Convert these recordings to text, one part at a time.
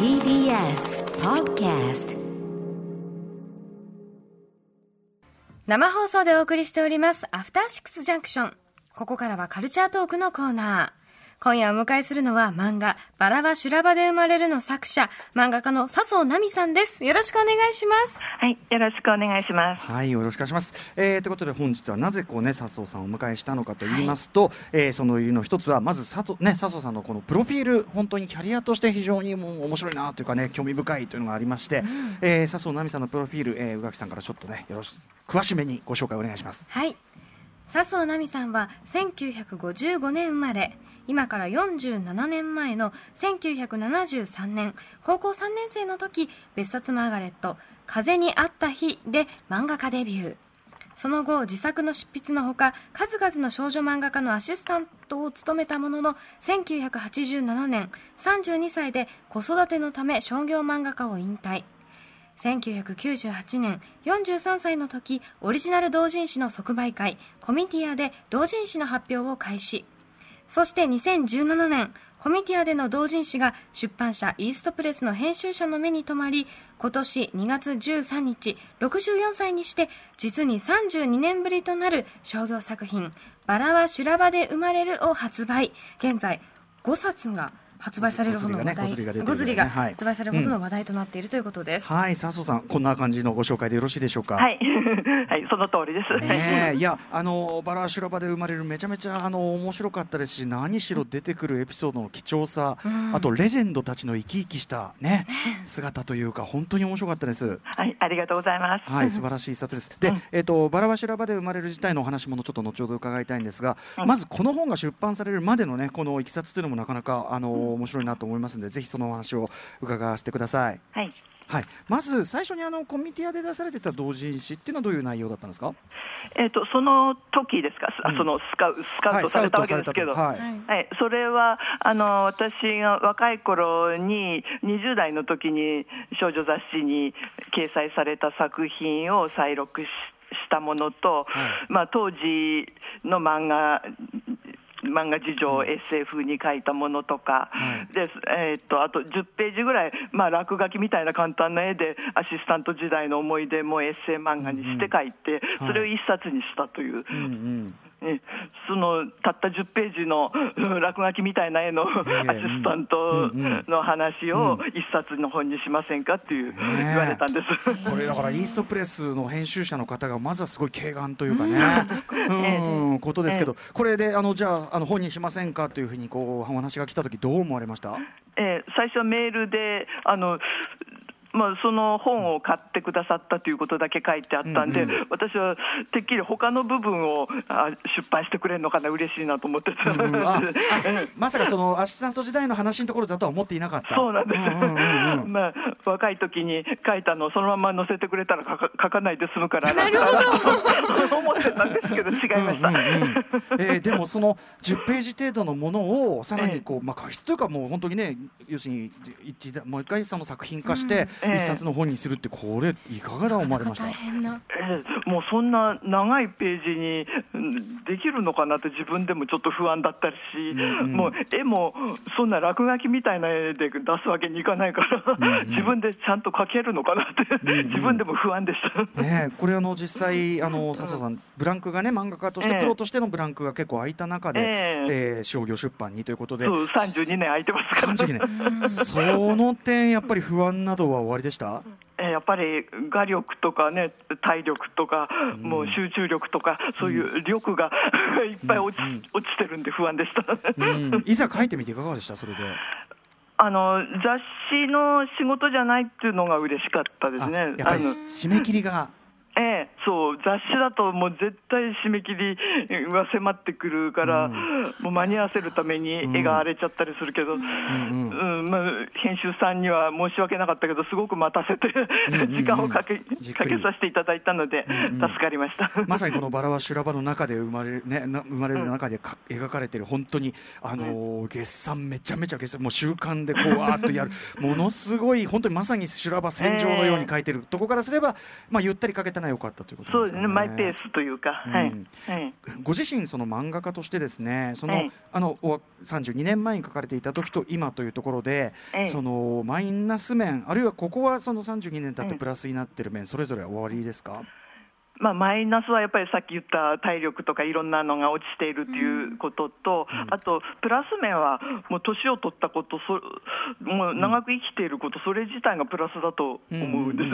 TBS Podcast。生放送でお送りしておりますアフターシックスジャンクション。ここからはカルチャートークのコーナー。今夜お迎えするのは漫画バラは修羅場で生まれるの作者、漫画家の笹生奈美さんです。よろしくお願いします。 はい、よろしくお願いします。 はい、よろしくお願いします。ということで本日はなぜこうね笹生さんをお迎えしたのかと言いますと、その理由の一つはまず笹生さんのこのプロフィール、本当にキャリアとして非常にもう面白いなというかね、興味深いというのがありまして、笹生奈美さんのプロフィール、宇垣さんからちょっとね詳しめにご紹介お願いします。 はい、笹生奈美さんは1955年生まれ、今から47年前の1973年、高校3年生の時、別冊マーガレット風にあった日で漫画家デビュー。その後自作の執筆のほか、数々の少女漫画家のアシスタントを務めたものの、1987年32歳で子育てのため商業漫画家を引退。1998年43歳の時、オリジナル同人誌の即売会コミティアで同人誌の発表を開始。そして2017年、コミティアでの同人誌が出版社イーストプレスの編集者の目に留まり、今年2月13日64歳にして実に32年ぶりとなる商業作品バラは修羅場で生まれるを発売。現在5冊が発売されるほどの話題、ゴズリが発売されるほどの話題となっているということです。 はい、笹生さん、こんな感じのご紹介でよろしいでしょうか。 はい、はい、その通りです。 いや、バラ修羅場で生まれるめちゃめちゃ面白かったですし、何しろ出てくるエピソードの貴重さ、あとレジェンドたちの生き生きしたね姿というか、本当に面白かったです。 はい、ありがとうございます。 はい、素晴らしい一冊です。で、バラは修羅場で生まれる自体のお話もちょっと後ほど伺いたいんですが、まずこの本が出版されるまでのね、このいきさつというのもなかなか面白いなと思いますので、ぜひそのお話を伺わせてください。 はい。 はい、まず最初にコミティアで出されてた同人誌っていうのはどういう内容だったんですか。 その時ですか、そのスカウトされたわけですけど、はい、それは私が若い頃に20代の時に少女雑誌に掲載された作品を再録したものと、当時の漫画事情をエッセイ風に書いたものとか、であと10ページぐらい、落書きみたいな簡単な絵でアシスタント時代の思い出もエッセイ漫画にして書いて、それを一冊にしたという、そのたった10ページの落書きみたいな絵のアシスタントの話を一冊の本にしませんかっていう言われたんです。 これだからイーストプレスの編集者の方がまずはすごい敬願というかね、ことですけど、これでじゃあ本にしませんかというふうにこうお話が来た時どう思われました？ 最初メールでその本を買ってくださったということだけ書いてあったんで、私はてっきり他の部分を出版してくれるのかな、嬉しいなと思ってた。 まさかそのアシスタント時代の話のところだとは思っていなかった。 そうなんです。若い時に書いたのをそのまま載せてくれたら書かないで済むからなと思ってたんですけど、違いました。 でもその10ページ程度のものをさらにこう、加筆というか、もう本当にね、要するにもう一回その作品化して一冊の本にするって、これいかがだ思われました？ もうそんな長いページにできるのかなって自分でもちょっと不安だったし、もう絵もそんな落書きみたいな絵で出すわけにいかないから、自分でちゃんと描けるのかなって自分でも不安でした。 これ実際笹生さん、ブランクがね、漫画家としてプロとしてのブランクが結構空いた中で、商業出版にということで、 32年空いてますから。 32年その点やっぱり不安などは終わりでした？ やっぱり画力とかね、体力とか、もう集中力とか、そういう力がいっぱい落ちてるんで不安でした。 いざ書いてみていかがでした？それで雑誌の仕事じゃないっていうのが嬉しかったですね。 やっぱり締め切りがそう、雑誌だともう絶対締め切りが迫ってくるから、もう間に合わせるために絵が荒れちゃったりするけど、編集さんには申し訳なかったけど、すごく待たせて時間をかけさせていただいたので助かりました。 まさにこのバラは修羅場の中で生まれる中で描かれている、本当に月産めちゃめちゃ月産、もう習慣でこうわーっとやるものすごい、本当にまさに修羅場戦場のように描いてるとこからすれば、ゆったり描けたのは良かったということですね。 そうですね、マイペースというか、 ご自身その漫画家としてですね、32年前に書かれていた時と今というところで、そのマイナス面、あるいはここはその32年経ってプラスになっている面、それぞれおありですか？ マイナスはやっぱりさっき言った体力とかいろんなのが落ちているということと、あとプラス面はもう年を取ったこと、もう長く生きていること、それ自体がプラスだと思うんです。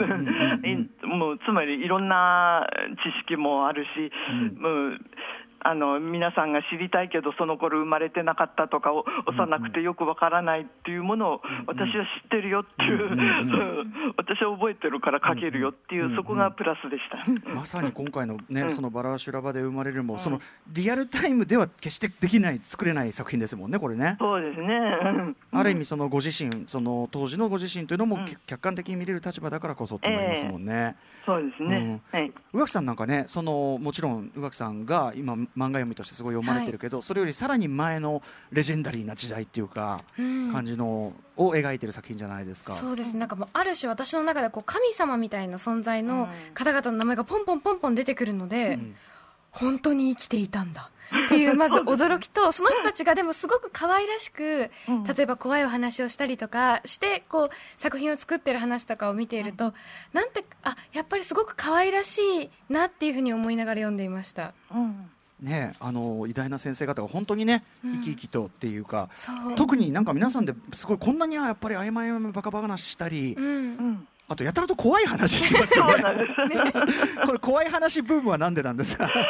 もうつまりいろんな知識もあるし、もう皆さんが知りたいけどその頃生まれてなかったとか幼くてよくわからないっていうものを私は知ってるよっていう私は覚えてるから書けるよっていうそこがプラスでしたまさに今回のねそのバラ修羅場で生まれるもそのリアルタイムでは決してできない作れない作品ですもんねこれね。 そうですねある意味そのご自身その当時のご自身というのも客観的に見れる立場だからこそとなりますもんね。 そうですね、 宇垣さんなんかねそのもちろん宇垣さんが今漫画読みとしてすごい読まれてるけど、それよりさらに前のレジェンダリーな時代っていうか、感じのを描いてる作品じゃないですか。 そうです。なんかもうある種私の中でこう神様みたいな存在の方々の名前がポンポンポンポン出てくるので、本当に生きていたんだっていうまず驚きとその人たちがでもすごく可愛らしく、例えば怖いお話をしたりとかしてこう作品を作ってる話とかを見ていると、なんてやっぱりすごく可愛らしいなっていうふうに思いながら読んでいました。 ね、偉大な先生方が本当にね、生き生きとっていうか、特になんか皆さんですごいこんなにやっぱり曖昧バカバカなしたり、あとやたらと怖い話しますよねこれ怖い話ブームはなんでなんですか？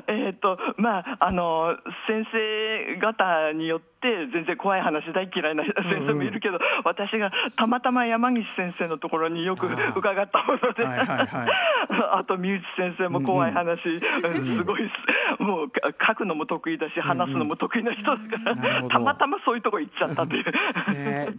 先生方によって全然怖い話大嫌いな先生もいるけど、私がたまたま山岸先生のところによく伺ったものであと三内先生も怖い話、すごいもう書くのも得意だし話すのも得意な人だから、たまたまそういうとこ行っちゃったという、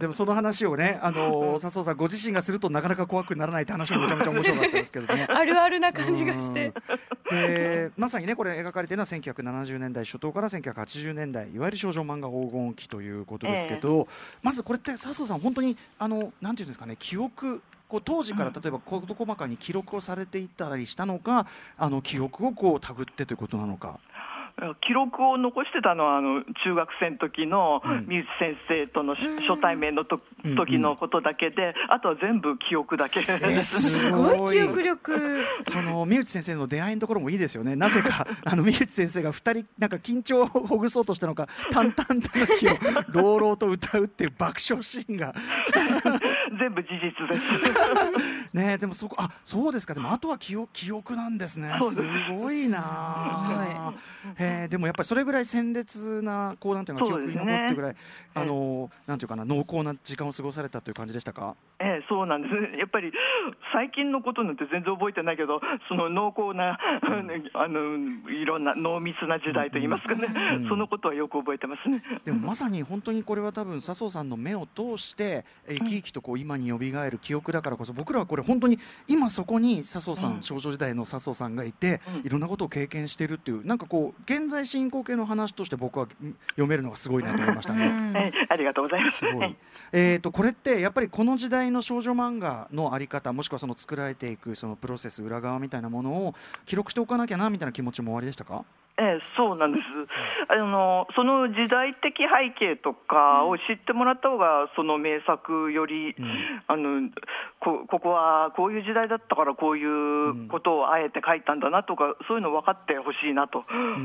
でもその話をね笹生さんご自身がするとなかなか怖くならないって話もめちゃめちゃ面白かったですけどねあるあるな感じがしてまさにねこれ描かれているのは1970年代初頭から1980年代いわゆる少女漫画黄金期ということですけど、まずこれって笹生さん本当になんていうんですかね、記憶こう当時から例えば事細かに記録をされていったりしたのか、記憶をこう手繰ってということなのか。 記録を残してたのは中学生の時の三内先生との初対面の時のことだけで、あとは全部記憶だけすごい記憶力。 その三内先生の出会いのところもいいですよね。なぜか三内先生が2人なんか緊張をほぐそうとしたのか淡々との気を朗々と歌うっていう爆笑シーンが全部事実ですね。でもそうですか。でもあとは記憶なんですね。すごいな。でもやっぱりそれぐらい鮮烈なこうなんていうか記憶に残ってるぐらい、なんていうかな濃厚な時間を過ごされたという感じでしたか？ そうなんです。やっぱり最近のことなんて全然覚えてないけど、その濃厚な、いろんな濃密な時代といいますかね、そのことはよく覚えてますね。 でもまさに本当にこれは多分笹生さんの目を通して生き生きとこう今に蘇る記憶だからこそ、僕らはこれ本当に今そこに笹生さん、少女時代の笹生さんがいて、いろんなことを経験しているっていうなんかこう現在進行形の話として僕は読めるのがすごいなと思いましたね。 ありがとうございます。 これってやっぱりこの時代の少女漫画のあり方、もしくはその作られていくそのプロセス裏側みたいなものを記録しておかなきゃなみたいな気持ちもおありでしたか？ そうなんです。その時代的背景とかを知ってもらった方がその名作より、ここはこういう時代だったからこういうことをあえて書いたんだなとか、そういうの分かってほしいなと、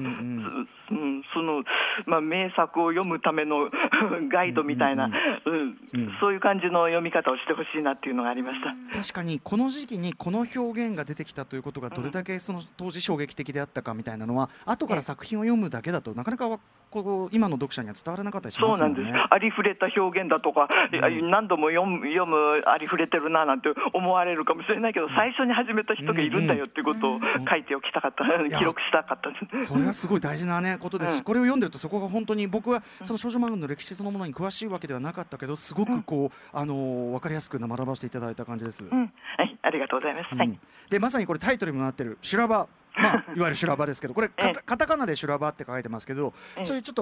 名作を読むためのガイドみたいな、そういう感じの読み方をしてほしいなっていうのがありました。 確かにこの時期にこの表現が出てきたということがどれだけその当時衝撃的であったかみたいなのは、後から作品を読むだけだとなかなかこう今の読者には伝わらなかったりしますもんね。 そうなんです。ありふれた表現だとか、何度も読むありふれてるななんて思われるかもしれないけど、最初に始めた人がいるんだよっていうことを書いておきたかった、記録したかったです。 それはすごい大事な、ことですし、これを読んでるとそこが本当に僕はその少女漫画の歴史そのものに詳しいわけではなかったけど、すごくこう分かりやすく学ばせていただいた感じです。 ありがとうございます。 でまさにこれタイトルにもなってる修羅場、いわゆる修羅場ですけど、これカタカナで修羅場って書いてますけど、そういうちょっと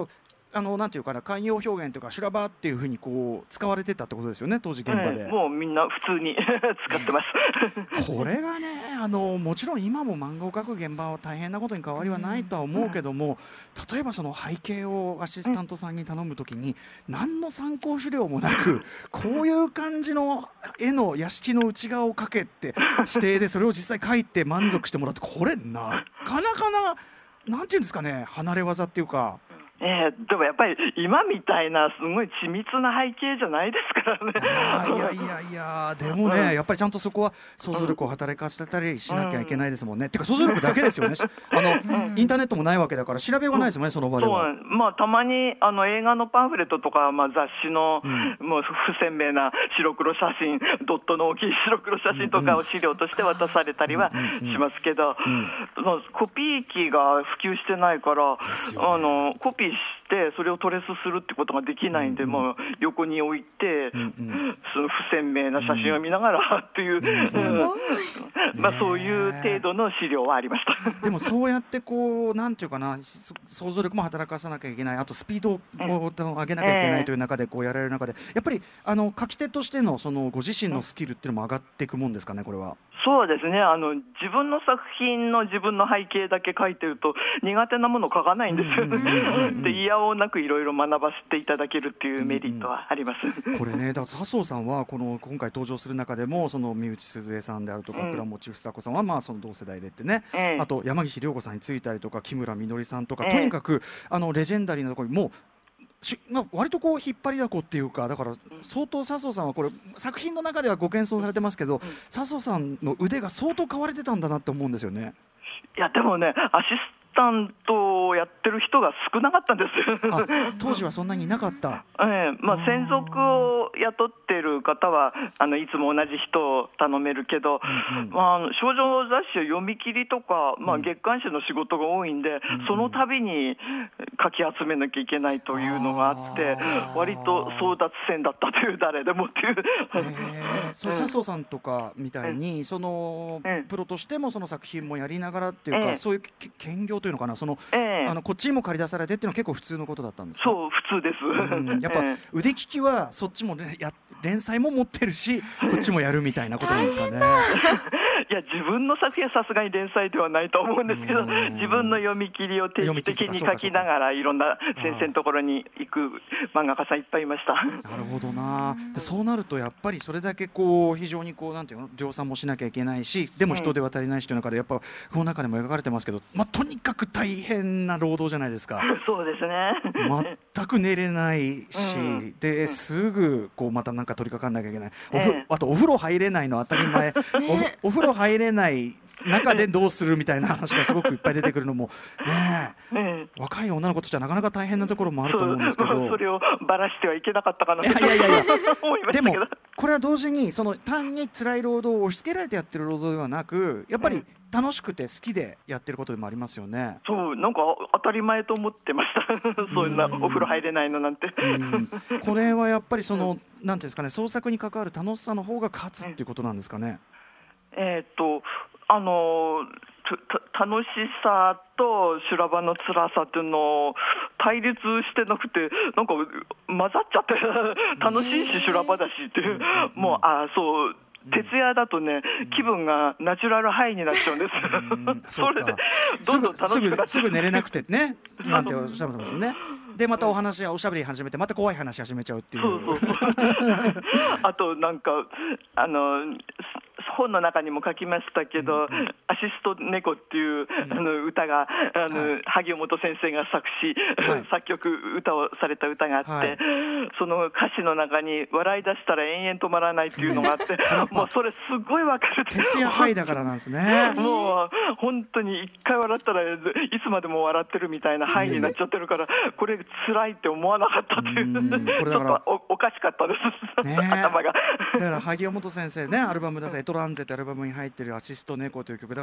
なんていうかな、慣用表現というか修羅場っていうふうにこう使われてたってことですよね、当時現場で。 もうみんな普通に使ってますこれがね、もちろん今も漫画を描く現場は大変なことに変わりはないとは思うけども、例えばその背景をアシスタントさんに頼むときに何の参考資料もなくこういう感じの絵の屋敷の内側を描けって指定でそれを実際描いて満足してもらって、これなかなかなんていうんですかね、離れ技っていうか。 でもやっぱり今みたいなすごい緻密な背景じゃないですからね。いやでもね、やっぱりちゃんとそこは想像力を働かせたりしなきゃいけないですもんね。てか想像力だけですよねインターネットもないわけだから調べようがないですもんね、その場では。 たまに映画のパンフレットとか、雑誌の、もう不鮮明な白黒写真、ドットの大きい白黒写真とかを資料として渡されたりはしますけど、コピー機が普及してないから、コピーしてそれをトレースするってことができないんで、横に置いて、その不鮮明な写真を見ながらっていう、そういう程度の資料はありました。 でもそうやってこうなんていうかな、想像力も働かさなきゃいけない、あとスピードを上げなきゃいけないという中でこうやられる中で、やっぱり書き手としてのそのご自身のスキルっていうのも上がっていくもんですかね、これは。 そうですね、自分の作品の自分の背景だけ書いてると苦手なもの書かないんですよね。で、嫌をなくいろいろ学ばせていただけるっていうメリットはあります。 これね、だから笹生さんは今回登場する中でもその三内鈴江さんであるとか倉持房子さんはその同世代でってね、あと山岸涼子さんについたりとか木村みのりさんとか、とにかくレジェンダリーなところにもう割とこう引っ張りだこっていうか、だから相当笹生さんはこれ作品の中ではご謙遜されてますけど、笹生さんの腕が相当買われてたんだなって思うんですよね。 いやでもね、アシスタントをやってる人が少なかったんですよ。 当時はそんなにいなかった。 専属を雇ってる方はいつも同じ人を頼めるけど、少女雑誌は読み切りとか、月刊誌の仕事が多いんで、その度にかき集めなきゃいけないというのがあって、割と争奪戦だったという、誰でもっていう。 笹生さんとかみたいにそのプロとしてもその作品もやりながらっていうか、そういう兼業というのかな、こっちにも借り出されてっていうのは結構普通のことだったんですか。 そう、普通です。 やっぱ腕利きはそっちも、連載も持ってるしこっちもやるみたいなことなんですかね。 いや、自分の作品はさすがに連載ではないと思うんですけど、自分の読み切りを定期的に書きながらいろんな先生のところに行く漫画家さんいっぱいいました。 なるほどな。でそうなるとやっぱりそれだけこう非常にこうなんていうの、量産もしなきゃいけないし、でも人手は足りないしという中で、やっぱこの中でも描かれてますけど、とにかく大変な労働じゃないですか。 そうですね。 全く寝れないし、ですぐこうまたなんか取り掛かんなきゃいけない、あとお風呂入れないの当たり前、お風呂入れない中でどうするみたいな話がすごくいっぱい出てくるのもね、若い女の子としてはなかなか大変なところもあると思うんですけど、 それをばらしてはいけなかったかなと思いましたけど、 でもこれは同時に単に辛い労働を押し付けられてやってる労働ではなく、やっぱり楽しくて好きでやってることでもありますよね。 そう、なんか当たり前と思ってましたそんなお風呂入れないのなんてこれはやっぱりなんていうんですかね、創作に関わる楽しさの方が勝つっていうことなんですかね。 楽しさと修羅場の辛さっていうのを対立してなくて、なんか混ざっちゃって楽しいし修羅場だしっていう、もうそう徹夜だとね、気分がナチュラルハイになっちゃうんですそれでどんどん楽しくなっちゃう。 すぐ寝れなくてねなんておっしゃってますよね。でまたおしゃべり始めてまた怖い話始めちゃうっていう。 そうあとなんか本の中にも書きましたけど、アシスト猫っていう歌が萩尾本先生が作詞、作曲歌をされた歌があって、その歌詞の中に笑い出したら延々止まらないっていうのがあってもうそれすごいわかる。 徹夜ハイだからなんですねもう本当に一回笑ったらいつまでも笑ってるみたいなハイになっちゃってるから、これ辛いって思わなかったというちょっとおかしかったです頭が。 だから萩尾本先生ね、アルバム出さエトランゼってアルバムに入ってるアシスト猫という曲だから、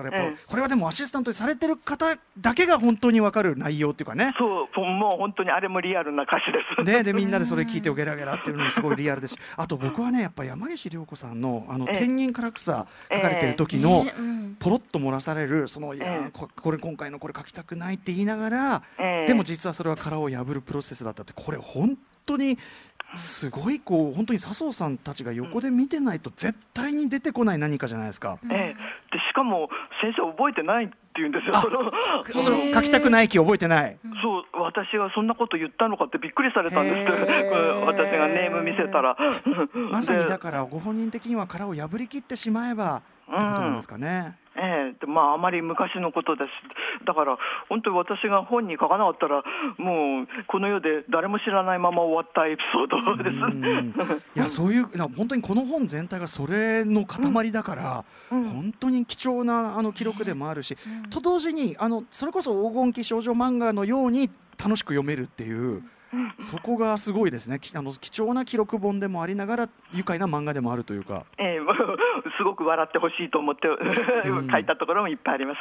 れやっぱ、これはでもアシスタントにされてる方だけが本当に分かる内容っていうかね。 そうもう本当にあれもリアルな歌詞です。 でみんなでそれ聞いてゲラゲラっていうのもすごいリアルですし、あと僕はねやっぱ山岸涼子さんの天人唐草書かれてる時のポロッと漏らされるそのいやこれ今回のこれ書きたくないって言いながら、でも実はそれは殻を破るプロセスだったって、これ本当にすごいこう本当に笹生さんたちが横で見てないと絶対に出てこない何かじゃないですか。 でしかも先生覚えてないって言うんですよ。 その書きたくない気覚えてない。 そう私がそんなこと言ったのかってびっくりされたんですけど、私がネーム見せたらまさにだからご本人的には殻を破りきってしまえばってことなんですかね。 あまり昔のことです。だから本当に私が本に書かなかったらもうこの世で誰も知らないまま終わったエピソードです。 いやそういう本当にこの本全体がそれの塊だから、本当に貴重な記録でもあるし、と同時にそれこそ黄金期少女漫画のように楽しく読めるっていう。そこがすごいですね。貴重な記録本でもありながら愉快な漫画でもあるというか、 すごく笑ってほしいと思って書いたところもいっぱいあります。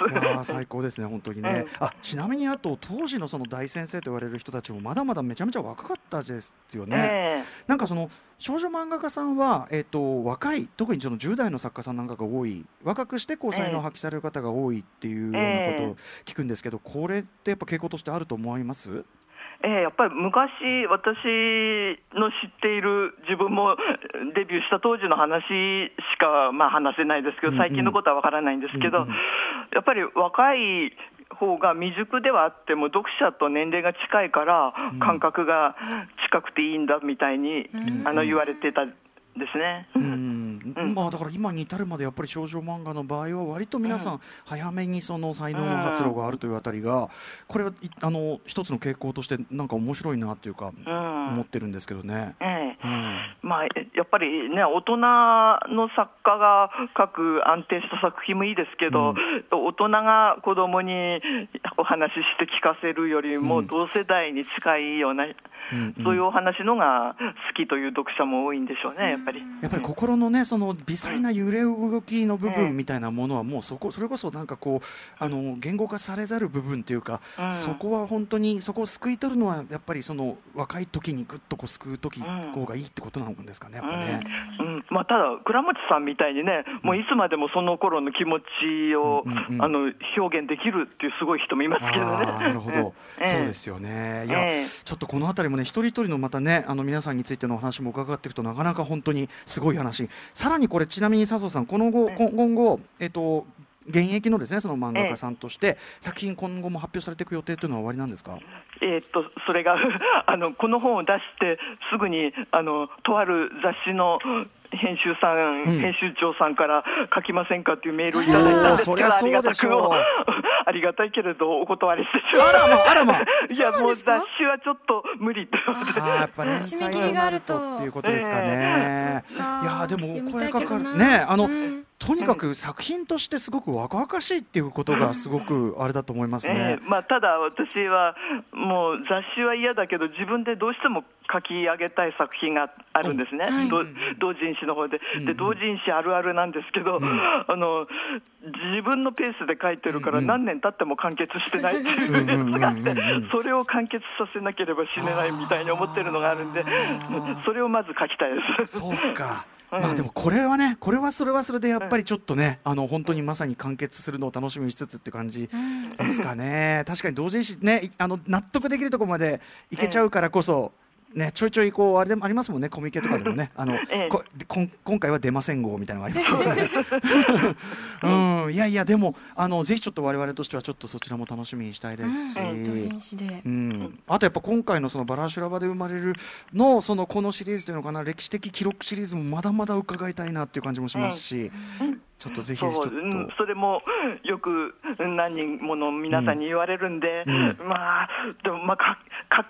最高ですね本当にね。ちなみにあと当時のその大先生と言われる人たちもまだまだめちゃめちゃ若かったですよね。なんかその少女漫画家さんは、若い特にその10代の作家さんなんかが多い、若くして才能を発揮される方が多いっていうようなことを聞くんですけど、これってやっぱ傾向としてあると思います？ やっぱり昔私の知っている自分もデビューした当時の話しか話せないですけど、最近のことはわからないんですけど、やっぱり若い方が未熟ではあっても読者と年齢が近いから感覚が近くていいんだみたいに言われてたですね。 だから今に至るまでやっぱり少女漫画の場合は割と皆さん早めにその才能の発露があるというあたりが、これは一つの傾向としてなんか面白いなというか思ってるんですけどね。 やっぱりね大人の作家が書く安定した作品もいいですけど、大人が子供にお話しして聞かせるよりも同世代に近いような、そういうお話のが好きという読者も多いんでしょうね。やっぱり心のねその微細な揺れ動きの部分みたいなものはもうそれこそなんかこう言語化されざる部分というか、そこは本当にそこを救い取るのはやっぱりその若い時にぐっとこう救う時方がいいってことなんですかね。やっぱね。 ただ倉持さんみたいにね、もういつまでもその頃の気持ちを表現できるっていうすごい人もいますけどね。 なるほど、そうですよね。いや、ちょっとこのあたりもね一人一人のまたね皆さんについてのお話も伺っていくとなかなか本当にすごい話。さらにこれちなみに笹生さん今後現役のですねその漫画家さんとして作品今後も発表されていく予定というのは終わりなんですか？ それがこの本を出してすぐにとある雑誌の編集長さんから書きませんかというメールをいただいたんですけど、ありがたいけれどお断りしてしまう。 あらまいやもう雑誌はちょっと無理と。 やっぱり締め切りがあるとっていうことですかね。いやでもお声かかるね。とにかく作品としてすごく若々しいっていうことがすごくあれだと思いますね。 ただ私はもう雑誌は嫌だけど自分でどうしても書き上げたい作品があるんですね。同人誌の方で、同人誌あるあるなんですけど、自分のペースで書いてるから何年経っても完結してないっていうやつがあって、それを完結させなければ死ねないみたいに思ってるのがあるんで、それをまず書きたいです。 そうか。でもこれはそれはそれでやっぱりちょっとね本当にまさに完結するのを楽しみにしつつって感じですかね。確かに同人誌ね納得できるところまでいけちゃうからこそね、ちょいちょいあれでもありますもんね。コミケとかでもね今回は出ません号みたいなのがありますよね。いやでもぜひちょっと我々としてはちょっとそちらも楽しみにしたいですし、あとやっぱ今回のそのバラ修羅場で生まれるのこのシリーズというのかな、歴史的記録シリーズもまだまだ伺いたいなっていう感じもしますし、ちょっとぜひちょっとそれもよく何人もの皆さんに言われるんで、でも書け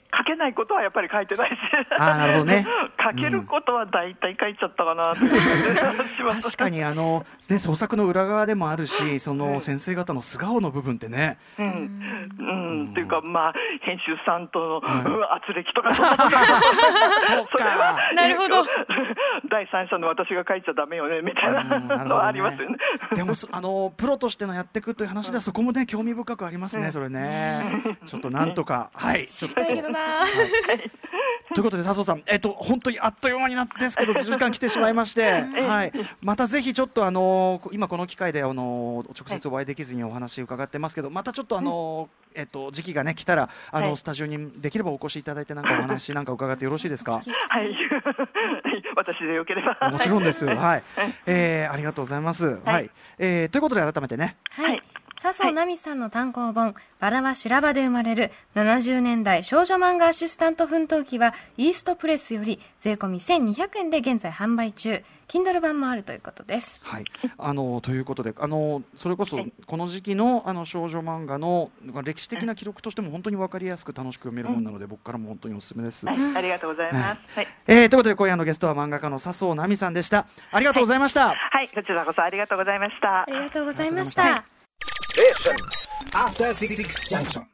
書けないことはやっぱり書いてないし、 なるほどね、 書けることは大体書いちゃったかなという感じがします。 確かに創作の裏側でもあるし、その先生方の素顔の部分ってね、 というか、編集さんとの圧力とかそれはなるほど、 第三者の私が書いちゃダメよねみたいなのはありますよね。 でもプロとしてのやっていくという話ではそこもね興味深くありますね、それね。ちょっとなんとか知りたいけどな。 ということで笹生さん、本当にあっという間になってですけど時間来てしまいまして、またぜひちょっと今この機会で直接お会いできずにお話伺ってますけど、またちょっと時期がね来たらスタジオにできればお越しいただいてなんかお話なんか伺ってよろしいですか？ はい私でよければ。 もちろんです。はい、ありがとうございます。はい、ということで改めてね。 はい。笹生奈美さんの単行本、バラは修羅場で生まれる70年代少女漫画アシスタント奮闘記はイーストプレスより税込み1200円で現在販売中。Kindle 版もあるということです。 はい、ということでそれこそこの時期の少女漫画の歴史的な記録としても本当に分かりやすく楽しく読める本なので、僕からも本当におすすめです。 ありがとうございます。 ということで今夜のゲストは漫画家の笹生奈美さんでした。ありがとうございました。 はい、こちらこそありがとうございました。 ありがとうございました。 After 66 junction.